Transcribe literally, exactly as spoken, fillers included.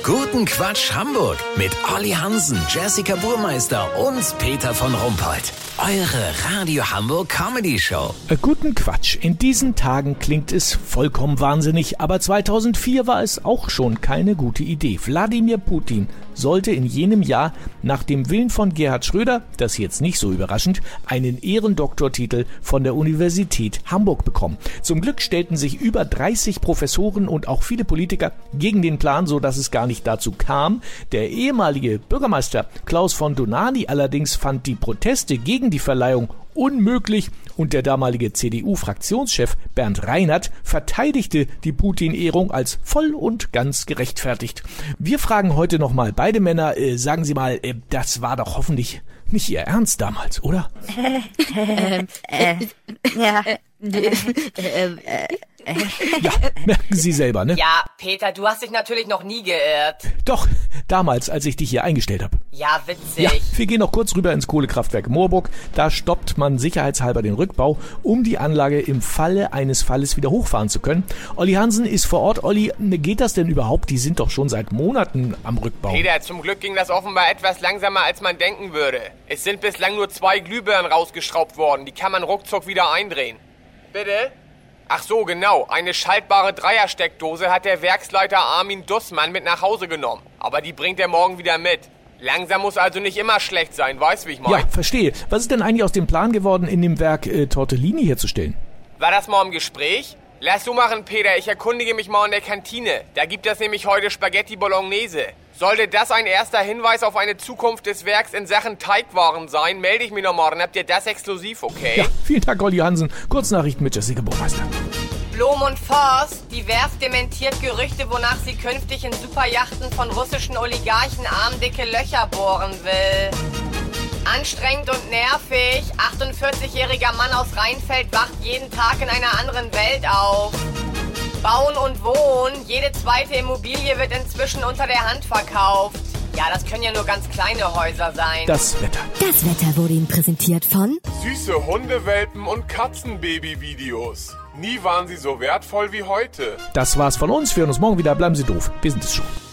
Guten Quatsch Hamburg mit Olli Hansen, Jessica Burmeister und Peter von Rumpold. Eure Radio Hamburg Comedy Show. Äh, guten Quatsch. In diesen Tagen klingt es vollkommen wahnsinnig, aber zweitausendvier war es auch schon keine gute Idee. Wladimir Putin sollte in jenem Jahr nach dem Willen von Gerhard Schröder, das jetzt nicht so überraschend, einen Ehrendoktortitel von der Universität Hamburg bekommen. Zum Glück stellten sich über dreißig Professoren und auch viele Politiker gegen den Plan, so dass es gar nicht dazu kam. Der ehemalige Bürgermeister Klaus von Dohnanyi allerdings fand die Proteste gegen die Verleihung unmöglich und der damalige C D U-Fraktionschef Bernd Reinert verteidigte die Putin-Ehrung als voll und ganz gerechtfertigt. Wir fragen heute nochmal beide Männer, äh, sagen Sie mal, äh, das war doch hoffentlich nicht Ihr Ernst damals, oder? Ähm, äh, ja. Ähm, äh, Ja, merken Sie selber, ne? Ja, Peter, du hast dich natürlich noch nie geirrt. Doch, damals, als ich dich hier eingestellt habe. Ja, witzig. Ja, wir gehen noch kurz rüber ins Kohlekraftwerk Moorburg. Da stoppt man sicherheitshalber den Rückbau, um die Anlage im Falle eines Falles wieder hochfahren zu können. Olli Hansen ist vor Ort. Olli, geht das denn überhaupt? Die sind doch schon seit Monaten am Rückbau. Peter, zum Glück ging das offenbar etwas langsamer, als man denken würde. Es sind bislang nur zwei Glühbirnen rausgeschraubt worden. Die kann man ruckzuck wieder eindrehen. Bitte? Ach so, genau. Eine schaltbare Dreiersteckdose hat der Werksleiter Armin Dussmann mit nach Hause genommen. Aber die bringt er morgen wieder mit. Langsam muss also nicht immer schlecht sein, weißt wie ich meine? Ja, verstehe. Was ist denn eigentlich aus dem Plan geworden, in dem Werk äh, Tortellini herzustellen? War das mal im Gespräch? Lass du machen, Peter. Ich erkundige mich mal in der Kantine. Da gibt es nämlich heute Spaghetti Bolognese. Sollte das ein erster Hinweis auf eine Zukunft des Werks in Sachen Teigwaren sein, melde ich mich noch morgen. Habt ihr das exklusiv, okay? Ja, vielen Dank, Olli Hansen. Kurznachrichten mit Jessica Burmeister. Blom und Voss, die Werft dementiert Gerüchte, wonach sie künftig in Superjachten von russischen Oligarchen armdicke Löcher bohren will. Anstrengend und nervig. achtundvierzigjähriger Mann aus Rheinfeld wacht jeden Tag in einer anderen Welt auf. Bauen und Wohnen. Jede zweite Immobilie wird inzwischen unter der Hand verkauft. Ja, das können ja nur ganz kleine Häuser sein. Das Wetter. Das Wetter wurde Ihnen präsentiert von Süße Hundewelpen und Katzenbaby-Videos. Nie waren sie so wertvoll wie heute. Das war's von uns. Wir hören uns morgen wieder. Bleiben Sie doof. Wir sind es schon.